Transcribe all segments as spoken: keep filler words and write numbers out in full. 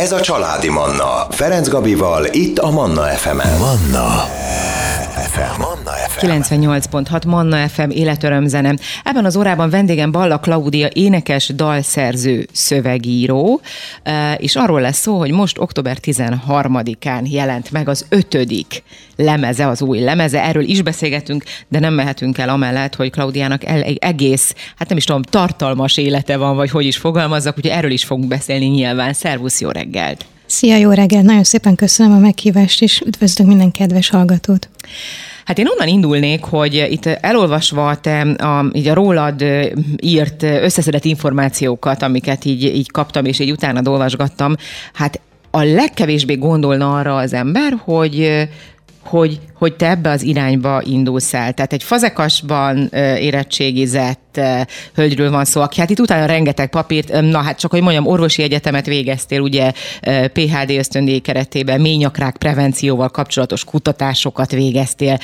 Ez a Családi Manna. Ferenc Gabival, itt a Manna ef emen. Manna ef em. Manna ef em. kilencvennyolc pont hat Manna ef em életörömzene. Ebben az órában vendégem Balla Klaudia énekes, dalszerző, szövegíró, és arról lesz szó, hogy most október tizenharmadikán jelent meg az ötödik lemeze, az új lemeze. Erről is beszélgetünk, de nem mehetünk el amellett, hogy Klaudiának egész, hát nem is tudom, tartalmas élete van, vagy hogy is fogalmazzak, úgyhogy erről is fogunk beszélni nyilván. Szervusz, jó reggelt! Szia, jó reggelt! Nagyon szépen köszönöm a meghívást, és üdvözlök minden kedves hallgatót! Hát én onnan indulnék, hogy itt elolvasva te a, így a rólad írt összeszedett információkat, amiket így, így kaptam, és így utána olvasgattam, hát a legkevésbé gondolna arra az ember, hogy hogy, hogy te ebbe az irányba indulsz el. Tehát egy fazekasban érettségizett hölgyről van szó, aki hát itt utána rengeteg papírt, na hát csak hogy mondjam, orvosi egyetemet végeztél, ugye pé há dé ösztöndíj keretében méhnyakrák prevencióval kapcsolatos kutatásokat végeztél,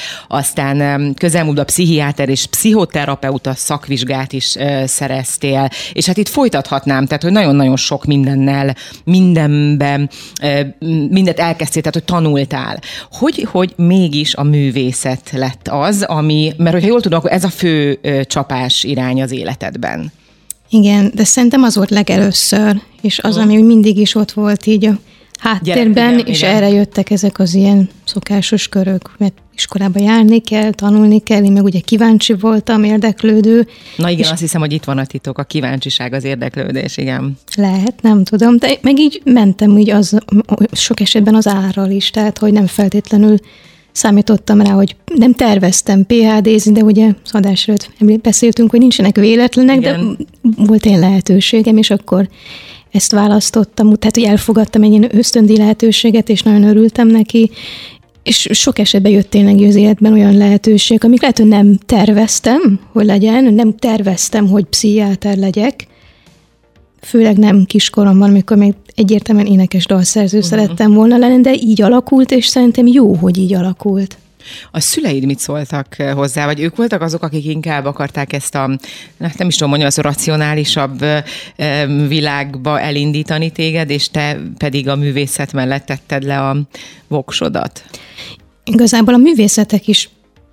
aztán közelmúltban pszichiáter és pszichoterapeuta szakvizsgát is szereztél, és hát itt folytathatnám, tehát hogy nagyon-nagyon sok mindennel, mindenben, mindent elkezdtél, tehát hogy tanultál. Hogy, hogy mégis a művészet lett az, ami, mert hogyha jól tudom, akkor ez a fő csapás irány az életedben. Igen, de szerintem az volt legelőször, és az, ami mindig is ott volt így a háttérben, Gyere, és igen. Erre jöttek ezek az ilyen szokásos körök, mert iskolába járni kell, tanulni kell, én meg ugye kíváncsi voltam, érdeklődő. Na igen, azt hiszem, hogy itt van a titok, a kíváncsiság, az érdeklődés, igen. Lehet, nem tudom, de meg így mentem úgy az, sok esetben az árral is, tehát hogy nem feltétlenül számítottam rá, hogy nem terveztem pé há dézni, de ugye az adás előtt beszéltünk, hogy nincsenek véletlenek, igen. De volt egy lehetőségem, és akkor ezt választottam, tehát hogy elfogadtam egy ilyen ösztöndíj lehetőséget, és nagyon örültem neki, és sok esetben jött tényleg az életben olyan lehetőség, amik lehet, hogy nem terveztem, hogy legyen, nem terveztem, hogy pszichiáter legyek, főleg nem kiskoromban, amikor még egyértelműen énekes dalszerző uh-huh. szerettem volna lenni, de így alakult, és szerintem jó, hogy így alakult. A szüleid mit szóltak hozzá, vagy ők voltak azok, akik inkább akarták ezt a, nem is tudom mondani, az a racionálisabb világba elindítani téged, és te pedig a művészet mellett tetted le a voksodat? Igazából a művészetek is,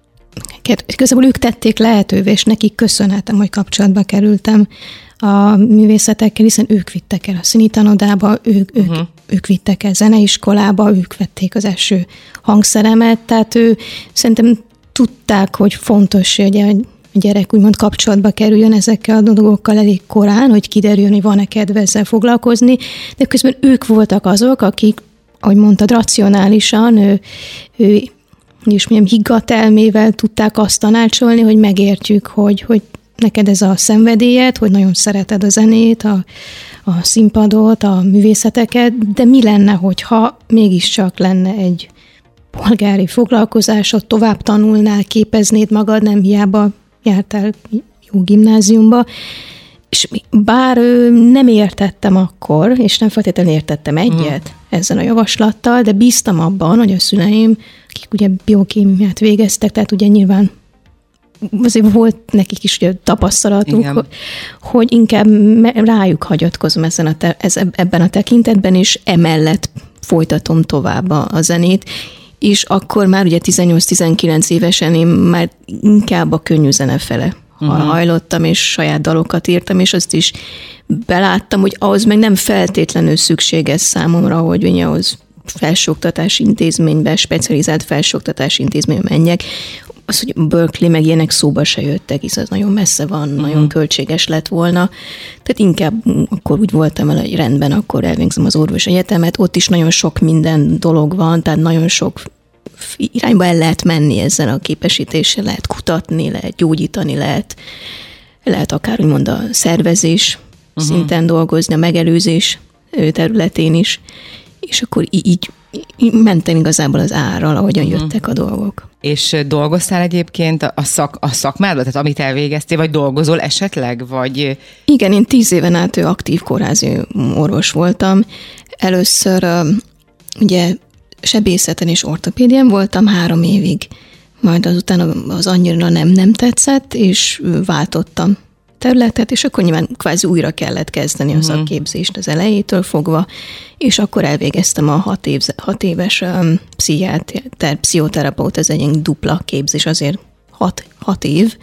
igazából ők tették lehetővé, és nekik köszönhetem, hogy kapcsolatba kerültem a művészetekkel, hiszen ők vittek el a színitanodába, ők, ők, uh-huh. ők vittek el zeneiskolába, ők vették az első hangszeremet, tehát ő szerintem tudták, hogy fontos, hogy a gyerek úgymond kapcsolatba kerüljön ezekkel a dolgokkal elég korán, hogy kiderüljön, hogy van-e kedve ezzel foglalkozni, de közben ők voltak azok, akik, ahogy mondtad, racionálisan, ő, ő és milyen higgadt elmével tudták azt tanácsolni, hogy megértjük, hogy, hogy neked ez a szenvedélyed, hogy nagyon szereted a zenét, a, a színpadot, a művészeteket, de mi lenne, hogyha mégiscsak lenne egy polgári foglalkozásod, tovább tanulnál, képeznéd magad, nem hiába jártál jó gimnáziumba, és bár nem értettem akkor, és nem feltétlenül értettem egyet mm. ezzel a javaslattal, de bíztam abban, hogy a szüleim, akik ugye biokémiát végeztek, tehát ugye nyilván azért volt nekik is ugye tapasztalatuk, hogy, hogy inkább rájuk hagyatkozom ezen a te, ez, ebben a tekintetben, és emellett folytatom tovább a, a zenét, és akkor már ugye tizennyolc-tizenkilenc évesen én már inkább a könnyű zene fele uh-huh. hajlottam, és saját dalokat írtam, és azt is beláttam, hogy ahhoz meg nem feltétlenül szükséges számomra, hogy ugye ahhoz felsőoktatási intézménybe, specializált felsőoktatási intézménybe menjek. Az, hogy Berkeley meg ilyenek szóba se jöttek, hisz az nagyon messze van, uh-huh. nagyon költséges lett volna. Tehát inkább akkor úgy voltam el, hogy rendben, akkor elvégzem az orvos egyetemet. Ott is nagyon sok minden dolog van, tehát nagyon sok irányba el lehet menni ezzel a képesítéssel, lehet kutatni, lehet gyógyítani, lehet, lehet akár úgymond a szervezés uh-huh. szinten dolgozni, a megelőzés területén is. És akkor így, így mentem igazából az árral, ahogyan uh-huh. jöttek a dolgok. És dolgoztál egyébként a, szak, a szakmádban, tehát amit elvégeztél, vagy dolgozol esetleg, vagy... Igen, én tíz éven át aktív kórházi orvos voltam. Először ugye sebészeten és ortopédián voltam három évig, majd azután az annyira nem, nem tetszett, és váltottam területet, és akkor nyilván kvázi újra kellett kezdeni a szakképzést az elejétől fogva, és akkor elvégeztem a hat, év, hat éves um, pszichiáter, pszichoterapeuta, ez egy ilyen dupla képzés, azért hat, hat év,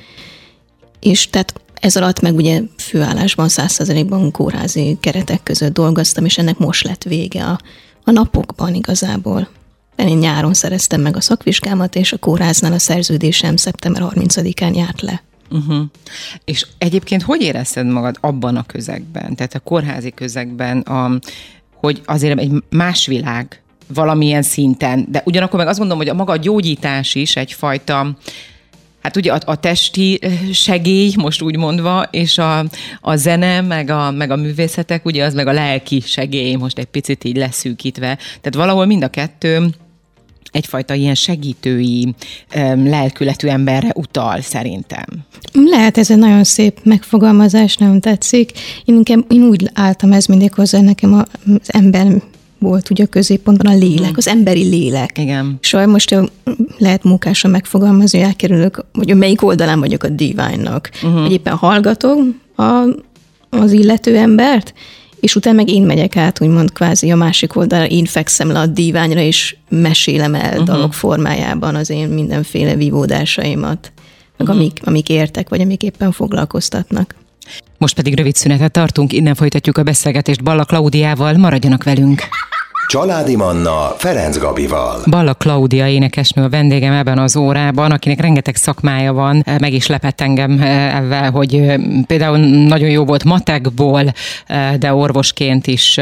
és tehát ez alatt meg ugye főállásban, száz százalékban kórházi keretek között dolgoztam, és ennek most lett vége a, a napokban igazából. Én nyáron szereztem meg a szakvizsgámat, és a kórháznál a szerződésem szeptember harmincadikán járt le. Uh-huh. És egyébként hogy érezted magad abban a közegben, tehát a kórházi közegben, a, hogy azért egy más világ valamilyen szinten, de ugyanakkor meg azt gondolom, hogy a maga a gyógyítás is egyfajta, hát ugye a, a testi segély, most úgy mondva, és a, a zene, meg a, meg a művészetek, ugye az meg a lelki segély, most egy picit így leszűkítve. Tehát valahol mind a kettő egyfajta ilyen segítői, lelkületű emberre utal, szerintem. Lehet, ez egy nagyon szép megfogalmazás, nagyon tetszik. Én, inkább, én úgy álltam ez mindig hozzá, nekem az ember volt ugye a középpontban a lélek, mm. az emberi lélek. Igen. És most lehet munkásan megfogalmazni, hogy elkerülök, hogy melyik oldalán vagyok a divine-nak. Uh-huh. Hogy éppen hallgatom a, az illető embert, és utána meg én megyek át, úgymond kvázi a másik oldalra, én fekszem le a díványra, és mesélem el uh-huh. dalok formájában az én mindenféle vívódásaimat, meg uh-huh. amik, amik értek, vagy amik éppen foglalkoztatnak. Most pedig rövid szünetet tartunk, innen folytatjuk a beszélgetést Balla Klaudiával, maradjanak velünk! Családi Manna Ferenc Gabival. Balla Klaudia énekesnő a vendégem ebben az órában, akinek rengeteg szakmája van, meg is lepett engem ezzel, hogy például nagyon jó volt matekból, de orvosként is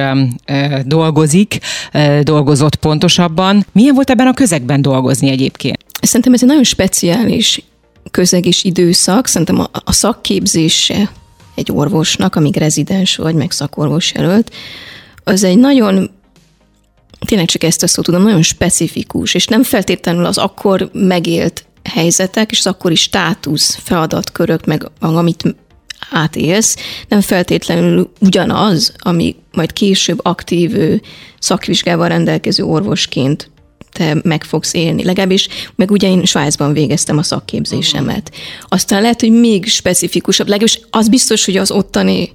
dolgozik, dolgozott pontosabban. Milyen volt ebben a közegben dolgozni egyébként? Szerintem ez egy nagyon speciális közeg és időszak, szerintem a, a szakképzése egy orvosnak, amíg rezidens vagy, meg szakorvos jelölt, az egy nagyon, tényleg csak ezt a szót tudom, nagyon specifikus, és nem feltétlenül az akkor megélt helyzetek, és az akkori státusz, feladatkörök, meg amit átélsz, nem feltétlenül ugyanaz, ami majd később aktív szakvizsgával rendelkező orvosként te meg fogsz élni. Legalábbis, meg ugye én Svájcban végeztem a szakképzésemet. Aztán lehet, hogy még specifikusabb, legalábbis az biztos, hogy az ottani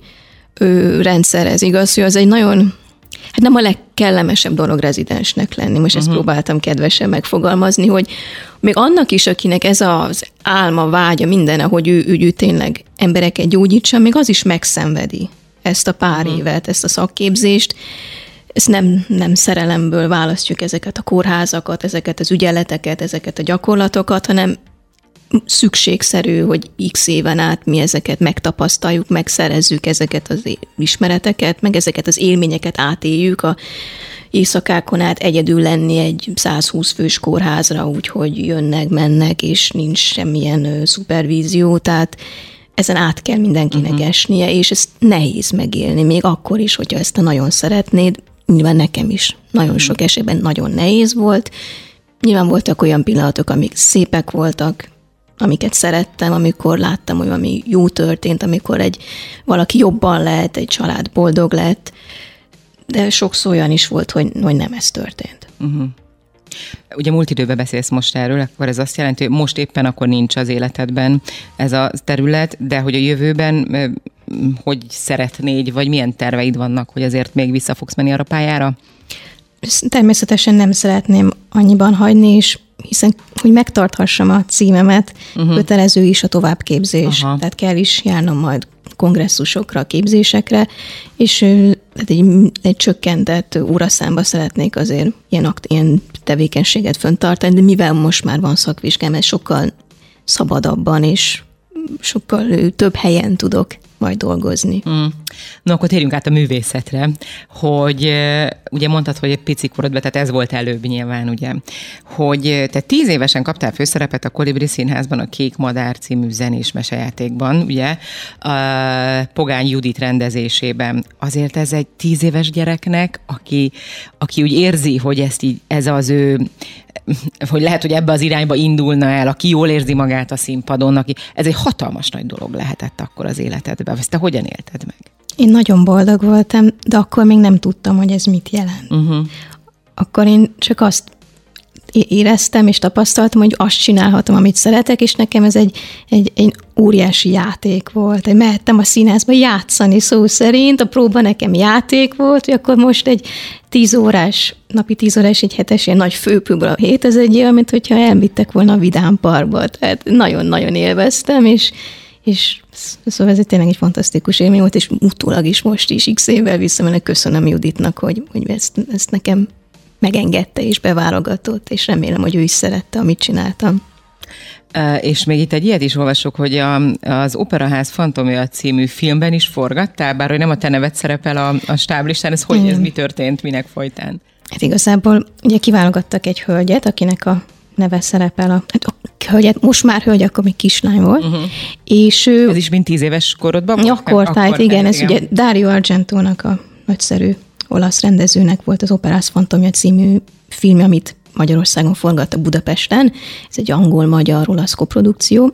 ö, rendszer ez igaz, hogy az egy nagyon, hát nem a legkellemesebb dolog rezidensnek lenni. Most uh-huh. ezt próbáltam kedvesen megfogalmazni, hogy még annak is, akinek ez az álma, vágya, minden, ahogy ő, ő, ő tényleg embereket gyógyítsa, még az is megszenvedi ezt a pár uh-huh. évet, ezt a szakképzést. Ezt nem, nem szerelemből választjuk ezeket a kórházakat, ezeket az ügyeleteket, ezeket a gyakorlatokat, hanem szükségszerű, hogy x éven át mi ezeket megtapasztaljuk, megszerezzük ezeket az ismereteket, meg ezeket az élményeket átéljük a éjszakákon át egyedül lenni egy százhúsz fős kórházra, úgyhogy jönnek, mennek, és nincs semmilyen szupervízió, tehát ezen át kell mindenkinek uh-huh. esnie, és ezt nehéz megélni, még akkor is, hogyha ezt te nagyon szeretnéd. Nyilván nekem is nagyon sok esetben nagyon nehéz volt. Nyilván voltak olyan pillanatok, amik szépek voltak, amiket szerettem, amikor láttam, hogy valami jó történt, amikor egy valaki jobban lett, egy család boldog lett, de sokszor olyan is volt, hogy, hogy nem ez történt. Uh-huh. Ugye múlt időben beszélsz most erről, akkor ez azt jelenti, hogy most éppen akkor nincs az életedben ez a terület, de hogy a jövőben hogy szeretnéd, vagy milyen terveid vannak, hogy azért még vissza fogsz menni arra pályára? Természetesen nem szeretném annyiban hagyni, és hiszen, hogy megtarthassam a címemet, uh-huh. kötelező is a továbbképzés. Aha. Tehát kell is járnom majd kongresszusokra, képzésekre, és tehát egy, egy csökkentett óraszámba szeretnék azért ilyen, akt, ilyen tevékenységet fenntartani, de mivel most már van szakvizsgám, ez sokkal szabadabban és sokkal több helyen tudok majd dolgozni. Mm. No, akkor térjünk át a művészetre, hogy ugye mondtad, hogy egy pici korodban, tehát ez volt előbb nyilván, ugye, hogy te tíz évesen kaptál főszerepet a Kolibri Színházban a Kék Madár című zenés mesejátékban, ugye, a Pogány Judit rendezésében. Azért ez egy tíz éves gyereknek, aki, aki úgy érzi, hogy ezt így, ez az ő, hogy lehet, hogy ebbe az irányba indulna el, aki jól érzi magát a színpadon, aki, ez egy hatalmas nagy dolog lehetett akkor az életedben. Ezt te hogyan élted meg? Én nagyon boldog voltam, de akkor még nem tudtam, hogy ez mit jelent. Uh-huh. Akkor én csak azt éreztem és tapasztaltam, hogy azt csinálhatom, amit szeretek, és nekem ez egy, egy, egy óriási játék volt. Hogy mehettem a színházba játszani szó szerint, a próba nekem játék volt, hogy akkor most egy tíz órás, napi tíz órás, egy hetes ilyen nagy főpróba a hét, ez egy olyan, mint hogyha elvittek volna a Vidám Parkba. Tehát nagyon-nagyon élveztem, és És szóval ez tényleg egy fantasztikus élmény volt, és utólag is most is x évvel visszamenőleg köszönöm Juditnak, hogy, hogy ezt, ezt nekem megengedte és beválogatott, és remélem, hogy ő is szerette, amit csináltam. Uh, és még itt egy ilyet is olvasok, hogy a, az Operaház Fantomja című filmben is forgattál, bár hogy nem a te neved szerepel a, a stáblistán, ez hogy, ez mi történt, minek folytán? Hát igazából ugye kiválogattak egy hölgyet, akinek a neve szerepel, a, hát a hölgyet, most már hölgy, akkor még kislány volt. Uh-huh. És ő, ez is mint tíz éves korodban volt? Akkor tájt, igen, ez igen. Ugye Dario Argentónak a nagyszerű olasz rendezőnek volt az Operaház Fantomja című film, amit Magyarországon forgattak Budapesten. Ez egy angol-magyar-olasz koprodukció.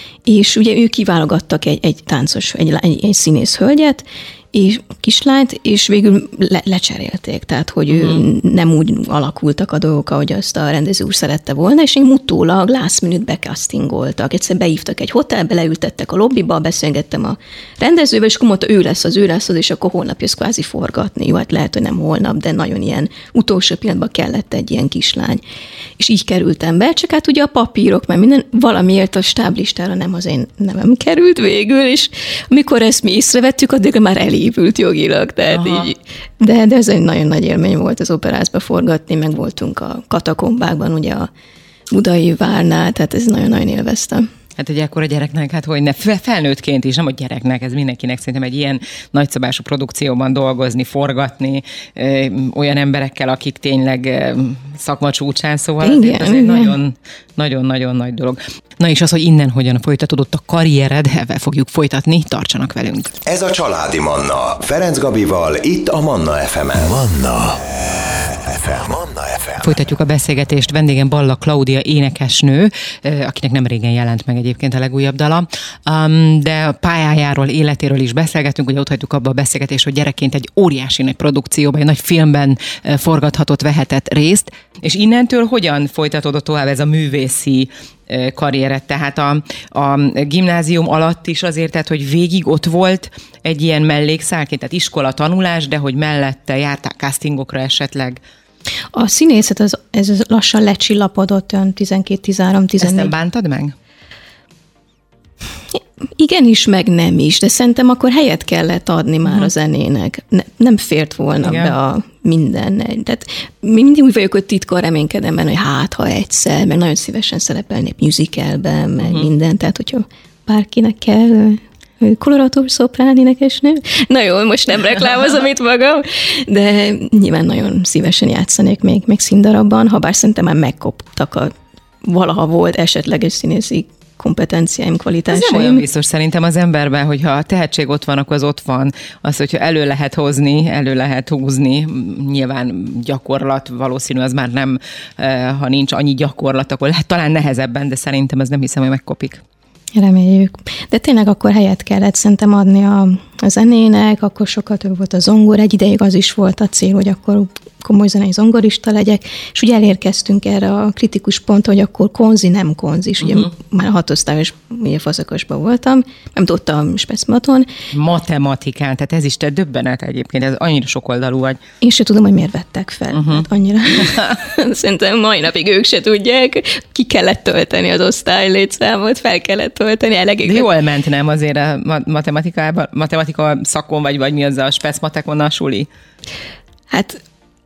És ugye ők kiválogattak egy, egy táncos, egy, egy, egy színész hölgyet, és kislányt, és végül le, lecserélték, tehát hogy uh-huh. ő nem úgy alakultak a dolgok, ahogy azt a rendező úr szerette volna, és így utólag last minute becastingoltak. Egyszer beívtak egy hotelbe, leültettek a lobbiba, beszélgettem a rendezővel, és akkor mondta, ő lesz az, ő lesz az, és akkor holnap jössz kvázi forgatni. Jó, hát lehet, hogy nem holnap, de nagyon ilyen utolsó pillanatban kellett egy ilyen kislány. És így kerültem be, csak hát ugye a papírok, mert minden valamiért a stáblistára nem az én nevem került végül, és amikor ezt mi észrevettük, addigra már elépült jogilag, tehát így. De, de ez egy nagyon nagy élmény volt az Operázba forgatni, meg voltunk a katakombákban, ugye a Budai Várnál, tehát ez nagyon-nagyon élveztem. Hát egy ekkora gyereknek, hát hogy ne, felnőttként is, nem a gyereknek, ez mindenkinek szerintem egy ilyen nagyszabású produkcióban dolgozni, forgatni, ö, olyan emberekkel, akik tényleg ö, szakma csúcsán, szóval igen, azért ez egy nagyon, nagyon-nagyon nagy dolog. Na és az, hogy innen hogyan folytatódott a karriered, ebben fogjuk folytatni, tartsanak velünk. Ez a Családi Manna, Ferenc Gabival, itt a Manna ef emen. Manna ef em. Manna ef em. Folytatjuk a beszélgetést, vendégem Balla Klaudia énekesnő, akinek nem régen jelent meg egyébként a legújabb dala, de a pályájáról, életéről is beszélgetünk, ugye ott hagytuk abba a beszélgetést, hogy gyerekként egy óriási nagy produkcióban, egy nagy filmben forgathatott, vehetett részt, és innentől hogyan folytatódott tovább ez a művészi karrieret, tehát a, a gimnázium alatt is azért, tehát, hogy végig ott volt egy ilyen mellékszálként, tehát iskola, tanulás, de hogy mellette jártál castingokra esetleg? A színészet, az, ez lassan lecsillapodott, olyan tizenkét, tizenhárom, tizennégy. Ezt nem bántad meg? Igenis, meg nem is, de szerintem akkor helyet kellett adni már uh-huh. a zenének. Ne, nem fért volna igen. be a minden. Tehát mindig úgy vagyok, hogy titkon reménykedem benne, hogy hát, ha egyszer, meg nagyon szívesen szerepelnék musicalben, meg uh-huh. minden, tehát hogyha bárkinek kell koloratos szoprán énekesnő. Na jó, most nem reklámozom itt magam, de nyilván nagyon szívesen játszanék még, még színdarabban, ha bár szerintem már megkoptak a valaha volt esetleges színészi kompetenciáim, kvalitásaim. Ez nem olyan biztos szerintem az emberben, hogyha a tehetség ott van, akkor az ott van. Az, hogyha elő lehet hozni, elő lehet húzni, nyilván gyakorlat, valószínű az már nem, ha nincs annyi gyakorlat, akkor lehet talán nehezebben, de szerintem ez nem hiszem, hogy megkopik. Reméljük. De tényleg akkor helyet kellett szerintem adni a, a zenének, akkor sokkal több volt a zongor, egy ideig az is volt a cél, hogy akkor komoly zenei zongorista legyek, és ugye elérkeztünk erre a kritikus pont, hogy akkor konzi, nem konzi, és ugye uh-huh. már a hatosztályos ugye faszakosban voltam, nem tudtam specmaton. Matematikán, tehát ez is te döbbenet egyébként, ez annyira sokoldalú vagy. Én se tudom, hogy miért vettek fel, uh-huh. hát annyira. Szerintem mai napig ők se tudják, ki kellett tölteni az osztály létszámot, fel kellett tölteni, elegig. De jól ment, nem azért a matematikában, matematika szakon, vagy, vagy mi az a specmatekon a suli? Hát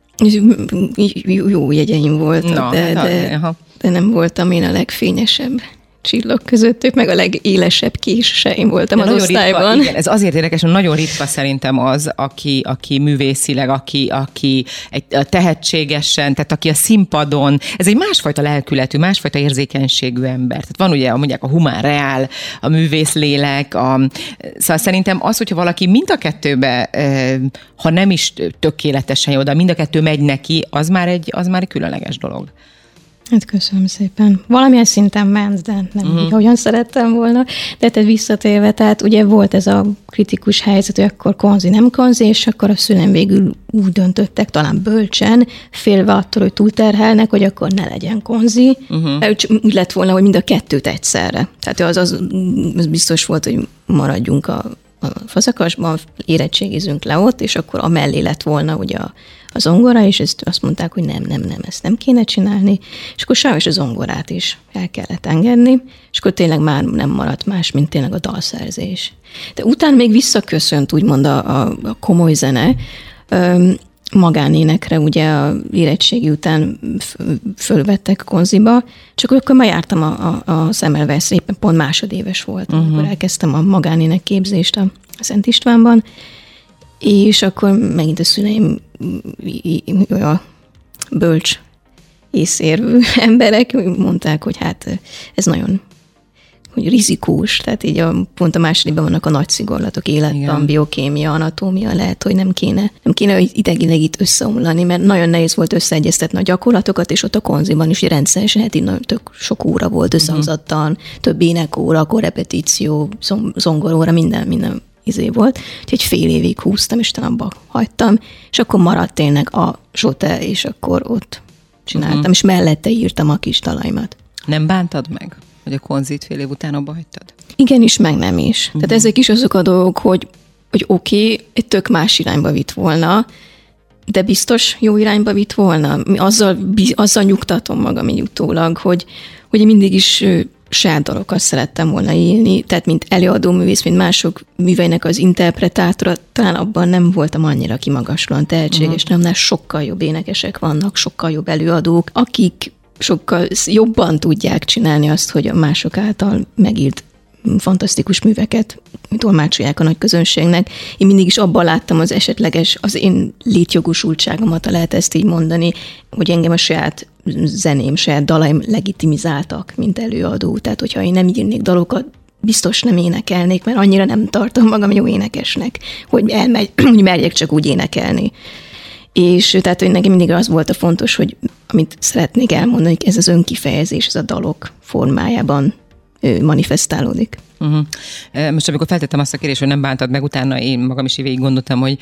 jó jegyeim voltak, no, de, de, de nem voltam én a legfényesebb csillag közöttük, meg a legélesebb késeim voltam de az osztályban. Ritka, igen, ez azért érdekes, hogy nagyon ritka szerintem az, aki, aki művészileg, aki, aki egy tehetségesen, tehát aki a színpadon, ez egy másfajta lelkületű, másfajta érzékenységű ember. Tehát van ugye mondják a humán reál, a művészlélek, a, szóval szerintem az, hogyha valaki mind a kettőbe, ha nem is tökéletesen jó, de mind a kettő megy neki, az már egy, az már egy különleges dolog. Hát köszönöm szépen. Valamilyen szinten ment, de nem uh-huh. így, ahogyan szerettem volna. De tehát visszatérve, tehát ugye volt ez a kritikus helyzet, hogy akkor konzi, nem konzi, és akkor a szüleim végül úgy döntöttek, talán bölcsen, félve attól, hogy túlterhelnek, hogy akkor ne legyen konzi. Uh-huh. Úgy lett volna, hogy mind a kettőt egyszerre. Tehát az, az, az biztos volt, hogy maradjunk a, a fazakasban, érettségizünk le ott, és akkor amellé lett volna ugye a a zongora, és ezt azt mondták, hogy nem, nem, nem, ezt nem kéne csinálni, és akkor sajnos a zongorát is el kellett engedni, és akkor tényleg már nem maradt más, mint tényleg a dalszerzés. De utána még visszaköszönt úgymond a, a, a komoly zene, magánénekre ugye a érettségi után fölvettek konziba, csak akkor már jártam a, a, a Semmelweis, éppen pont másodéves volt, uh-huh. amikor elkezdtem a magánének képzést a Szent Istvánban, és akkor megint a szüleim a bölcs észérvű emberek mondták, hogy hát ez nagyon hogy rizikós, tehát így a, pont a másodikban vannak a nagy szigorlatok, élettan, biokémia, anatómia, lehet, hogy nem kéne, nem kéne idegileg itt összeomlani, mert nagyon nehéz volt összeegyeztetni a gyakorlatokat, és ott a konziban is rendszeresen, hát így nagyon tök sok óra volt összehozattan, uh-huh. több énekóra, akkor repetíció, zongoróra, minden, minden izé volt, úgyhogy fél évig húztam, és abba hagytam, és akkor maradt tényleg a zsote, és akkor ott csináltam, uh-huh. és mellette írtam a kis dalaimat. Nem bántad meg, hogy a konzit fél év után abba hagytad? Igen is, meg nem is. Uh-huh. Tehát ezek is azok a dolgok, hogy, hogy oké, okay, egy tök más irányba vitt volna, de biztos jó irányba vitt volna. Azzal, azzal nyugtatom magam így utólag, hogy, hogy mindig is saját dalokat szerettem volna írni, tehát mint előadó művész, mint mások műveinek az interpretátora, talán abban nem voltam annyira kimagaslóan tehetséges, uh-huh. nem, sokkal jobb énekesek vannak, sokkal jobb előadók, akik sokkal jobban tudják csinálni azt, hogy a mások által megírt fantasztikus műveket tolmácsolják a nagy közönségnek. Én mindig is abban láttam az esetleges, az én létjogosultságomat, ha lehet ezt így mondani, hogy engem a saját zeném, saját dalaim legitimizáltak, mint előadó. Tehát, hogyha én nem írnék dalokat, biztos nem énekelnék, mert annyira nem tartom magam jó énekesnek, hogy elmegy, hogy merjek csak úgy énekelni. És tehát, hogy nekem mindig az volt a fontos, hogy amit szeretnék elmondani, hogy ez az önkifejezés, ez a dalok formájában manifestálódik. Uh-huh. Most amikor feltettem azt a kérdést, hogy nem bántad meg, utána én magam is végig gondoltam, hogy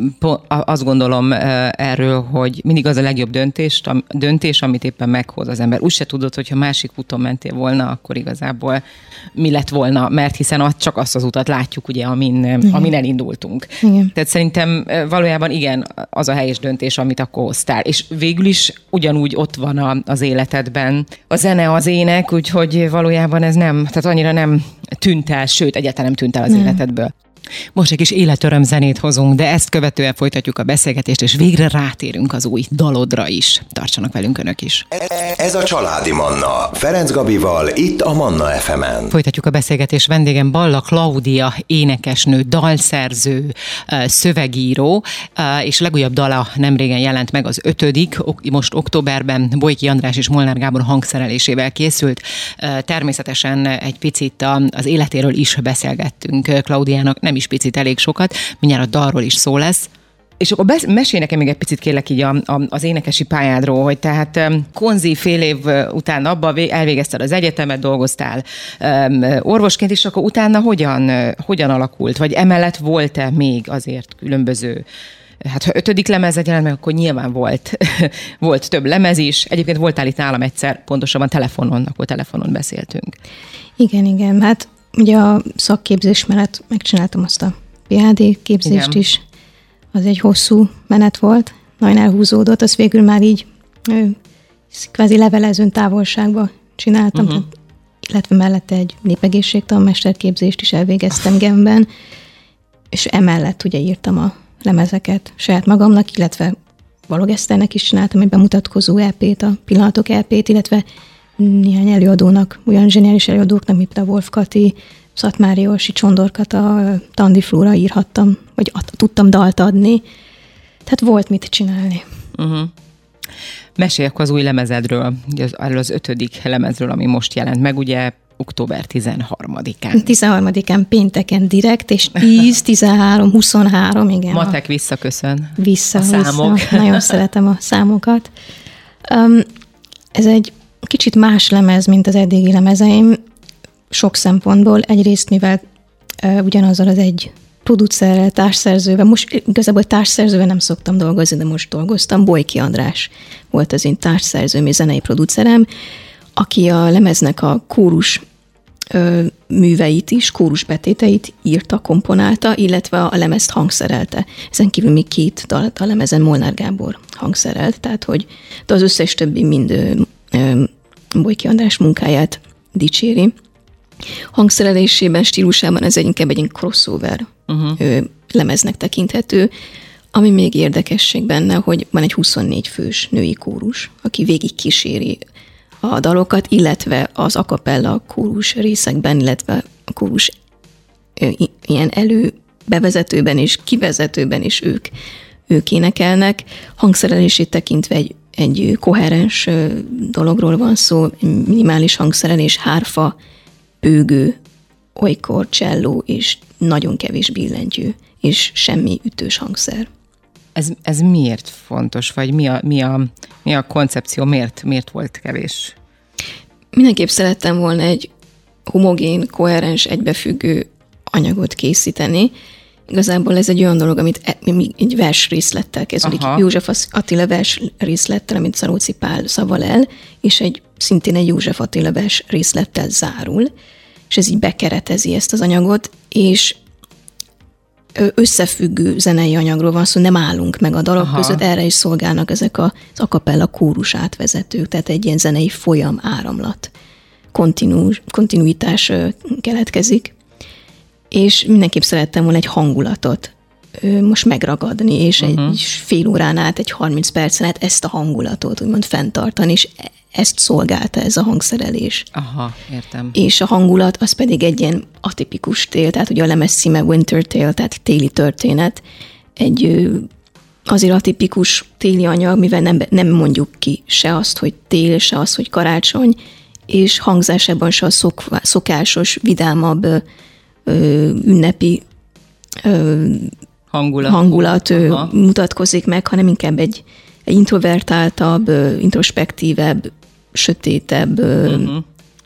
azt gondolom erről, hogy mindig az a legjobb döntés, döntés, amit éppen meghoz az ember. Úgy se tudod, hogyha másik úton mentél volna, akkor igazából mi lett volna, mert hiszen csak azt az utat látjuk, ugye, amin, amin elindultunk. Igen. Tehát szerintem valójában igen, az a helyes döntés, amit akkor hoztál. És végül is ugyanúgy ott van az életedben a zene, az ének, úgyhogy valójában ez nem, tehát annyira nem tűnt el, sőt, egyáltalán nem tűnt el az nem. életedből. Most egy kis életöröm zenét hozunk, de ezt követően folytatjuk a beszélgetést, és végre rátérünk az új dalodra is. Tartsanak velünk önök is. Ez a Családi Manna. Ferenc Gabival, itt a Manna ef emen. Folytatjuk a beszélgetés. Vendégem Balla Klaudia, énekesnő, dalszerző, szövegíró, és legújabb dala nemrégen jelent meg, az ötödik, most októberben Bojki András és Molnár Gábor hangszerelésével készült. Természetesen egy picit az életéről is beszélgettünk Klaudiának, nem is picit, elég sokat, mindjárt a dalról is szó lesz. És akkor besz- mesélj nekem még egy picit kérlek így a, a, az énekesi pályádról, hogy tehát um, konzi fél év után abba elvégezted az egyetemet, dolgoztál um, orvosként, és akkor utána hogyan, uh, hogyan alakult? Vagy emellett volt-e még azért különböző, hát ha ötödik lemezet jelent meg, akkor nyilván volt, volt több lemez is. Egyébként voltál itt nálam egyszer, pontosabban telefonon, akkor telefonon beszéltünk. Igen, igen, hát ugye a szakképzés mellett megcsináltam azt a pé há dé képzést Igen. is. Az egy hosszú menet volt, nagyon elhúzódott, azt végül már így kvázi levelezőn távolságba csináltam, uh-huh. tehát, illetve mellette egy népegészségtanmesterképzést is elvégeztem Genfben, és emellett ugye írtam a lemezeket saját magamnak, illetve Balog Eszternek is csináltam egy bemutatkozó é pét, a Pillanatok é pét, illetve néhány előadónak, olyan zseniális előadóknak, mint a Wolf Kati, Szatmári Orsi, Csondorkata, Tandi Flóra írhattam, vagy ad, tudtam dalt adni. Tehát volt mit csinálni. Uh-huh. Mesélj akkor az új lemezedről, az, az ötödik lemezről, ami most jelent meg, ugye október tizenharmadikán. tizenharmadikán pénteken direkt, és tíz, tizenhárom, huszonhárom, igen. Matek visszaköszön. Vissza, a számok. Vissza. Nagyon szeretem a számokat. Um, ez egy kicsit más lemez, mint az eddigi lemezeim, sok szempontból. Egyrészt, mivel uh, ugyanazzal az egy producerrel, társszerzővel, most igazából társszerzővel nem szoktam dolgozni, de most dolgoztam, Bojki András volt az én társszerzőm és zenei producerem, aki a lemeznek a kórus ö, műveit is, kórus betéteit írta, komponálta, illetve a lemezt hangszerelte. Ezen kívül még két dalt a lemezen Molnár Gábor hangszerelt, tehát hogy de az összes többi mind ö, ö, Bojki András munkáját dicséri. Hangszerelésében, stílusában ez egy inkább egy crossover uh-huh. ö, lemeznek tekinthető, ami még érdekesség benne, hogy van egy huszonnégy fős női kórus, aki végig kíséri a dalokat, illetve az a cappella kórus részekben, illetve a kórus ö, ilyen előbevezetőben és kivezetőben is ők, ők énekelnek. Hangszerelését tekintve egy, egy koherens dologról van szó, minimális hangszerelés, hárfa, bőgő, olykor, cselló és nagyon kevés billentyű, és semmi ütős hangszer. Ez, ez miért fontos, vagy mi a, mi a, mi a koncepció, miért, miért volt kevés? Mindenképp szerettem volna egy homogén, koherens, egybefüggő anyagot készíteni. Igazából ez egy olyan dolog, amit egy versrészlettel kezdődik. Aha. József Attila versrészlettel, amit Szaróczy Pál szaval el, és egy szintén egy József Attila versrészlettel zárul, és ez így bekeretezi ezt az anyagot, és összefüggő zenei anyagról van szó, nem állunk meg a dalok Aha. között, erre is szolgálnak ezek az a cappella kórus átvezetők, tehát egy ilyen zenei folyam, áramlat, kontinu, kontinuitás keletkezik, és mindenképp szerettem volna egy hangulatot most megragadni, és uh-huh. egy fél órán át, egy harminc percen át ezt a hangulatot úgymond fenntartani, és ezt szolgálta ez a hangszerelés. Aha, értem. És a hangulat az pedig egy ilyen atipikus tél, tehát ugye a lemez címe Winter Tale, tehát téli történet, egy azért atipikus téli anyag, mivel nem, nem mondjuk ki se azt, hogy tél, se azt, hogy karácsony, és hangzásában se a szok, szokásos, vidámabb, ö, ünnepi ö, hangulat, hangulat ö, mutatkozik meg, hanem inkább egy, egy introvertáltabb, ö, introspektívebb, sötétebb, uh-huh.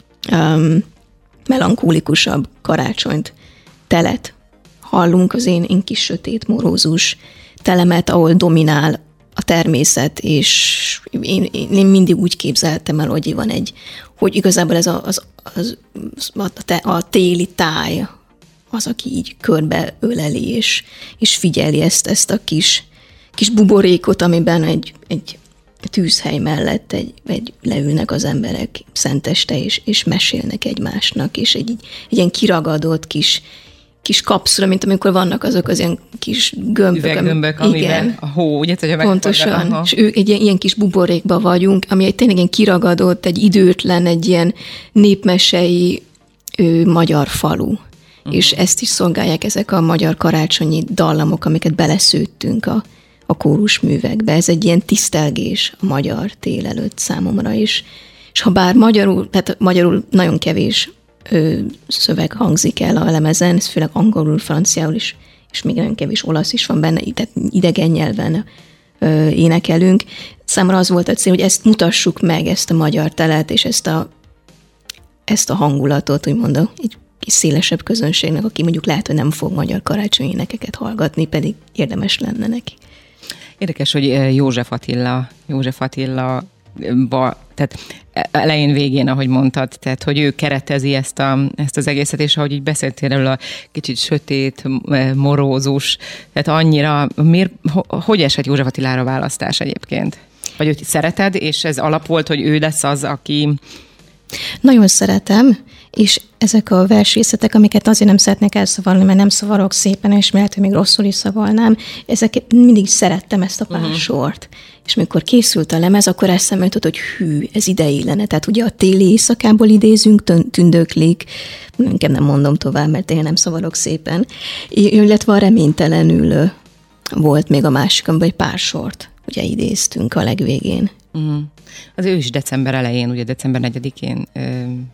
um, melankólikusabb karácsonyt, telet hallunk, az én, én kis sötét, morózus telemet, ahol dominál a természet, és én, én mindig úgy képzeltem el, hogy van egy, hogy igazából ez a, az, az, a, a téli táj, az, aki így körbe öleli, és, és figyeli ezt, ezt a kis, kis buborékot, amiben egy, egy tűzhely mellett egy, egy leülnek az emberek szenteste, és, és mesélnek egymásnak, és egy, egy ilyen kiragadott kis, kis kapszula, mint amikor vannak azok az ilyen kis gömbök. Üveggömbök, ami, amiben igen, a hó, ugye? Hogy pontosan, és ők egy ilyen, ilyen kis buborékban vagyunk, ami egy tényleg ilyen kiragadott, egy időtlen, egy ilyen népmesei ő, magyar falu. Uh-huh. És ezt is szolgálják ezek a magyar karácsonyi dallamok, amiket beleszőttünk a a kórusművekbe. Ez egy ilyen tisztelgés a magyar tél előtt számomra is. És ha bár magyarul, tehát magyarul nagyon kevés ö, szöveg hangzik el a lemezen, ez főleg angolul, franciául is, és még nagyon kevés olasz is van benne, tehát idegen nyelven ö, énekelünk. Számomra az volt a cél, hogy ezt mutassuk meg, ezt a magyar telet, és ezt a, ezt a hangulatot, úgymond egy kis szélesebb közönségnek, aki mondjuk lehet, hogy nem fog magyar karácsonyi énekeket hallgatni, pedig érdemes lenne neki. Érdekes, hogy József Attila, József Attila, ba, tehát elején végén, ahogy mondtad, tehát hogy ő keretezi ezt, a, ezt az egészet, és ahogy így beszéltél erről a kicsit sötét, morózus, tehát annyira, miért, hogy esett József Attilára választás egyébként? Vagy őt szereted, és ez alap volt, hogy ő lesz az, aki... Nagyon szeretem, és ezek a versrészetek, amiket azért nem szeretnék elszavalni, mert nem szavarok szépen, és lehet, hogy még rosszul is szavalnám, ezeket mindig szerettem, ezt a pár uh-huh. sort. És amikor készült a lemez, akkor eszembe jutott, hogy hű, ez ideillene. Tehát ugye a téli éjszakából idézünk, tündöklik, inkább nem mondom tovább, mert én nem szavarok szépen, illetve a reménytelenül volt még a másik, amiben egy pár sort ugye idéztünk a legvégén. Uh-huh. Az ő is december elején, ugye december negyedikén ö,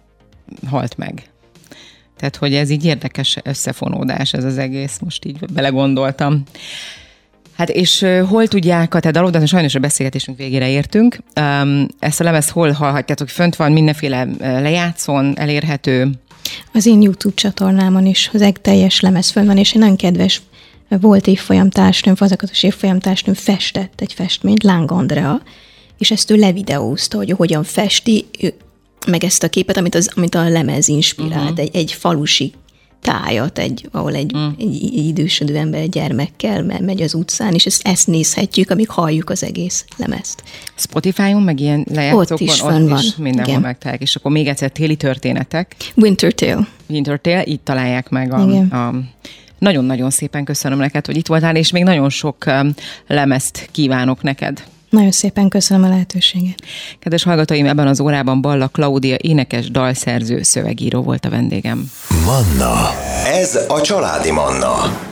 halt meg. Tehát, hogy ez így érdekes összefonódás, ez az egész, most így belegondoltam. Hát és hol tudják a te dalodat, sajnos a beszélgetésünk végére értünk. Ezt a lemezt hol hallhatjátok? Fönt van mindenféle lejátszón, elérhető? Az én YouTube csatornámon is az teljes lemez fönn van, és egy nagyon kedves volt évfolyam társnőm, fazakatos évfolyam társnőm festett egy festményt, Láng Andrea, és ezt ő levideózta, hogy hogyan festi, meg ezt a képet, amit, az, amit a lemez inspirált, uh-huh. egy, egy falusi tájat, egy, ahol egy, uh-huh. egy, egy idősödő ember gyermekkel megy az utcán, és ezt, ezt nézhetjük, amíg halljuk az egész lemezt. Spotify-on, meg ilyen lejátszókon, ott is, ott van, is van. mindenhol megtalálják, és akkor még egyszer téli történetek. Winter Tale. Winter Tale, így találják meg a... a nagyon-nagyon szépen köszönöm neked, hogy itt voltál, és még nagyon sok um, lemezt kívánok neked. Nagyon szépen köszönöm a lehetőséget. Kedves hallgatóim, ebben az órában Balla Klaudia énekes, dalszerző, szövegíró volt a vendégem. Manna. Ez a Családi Manna.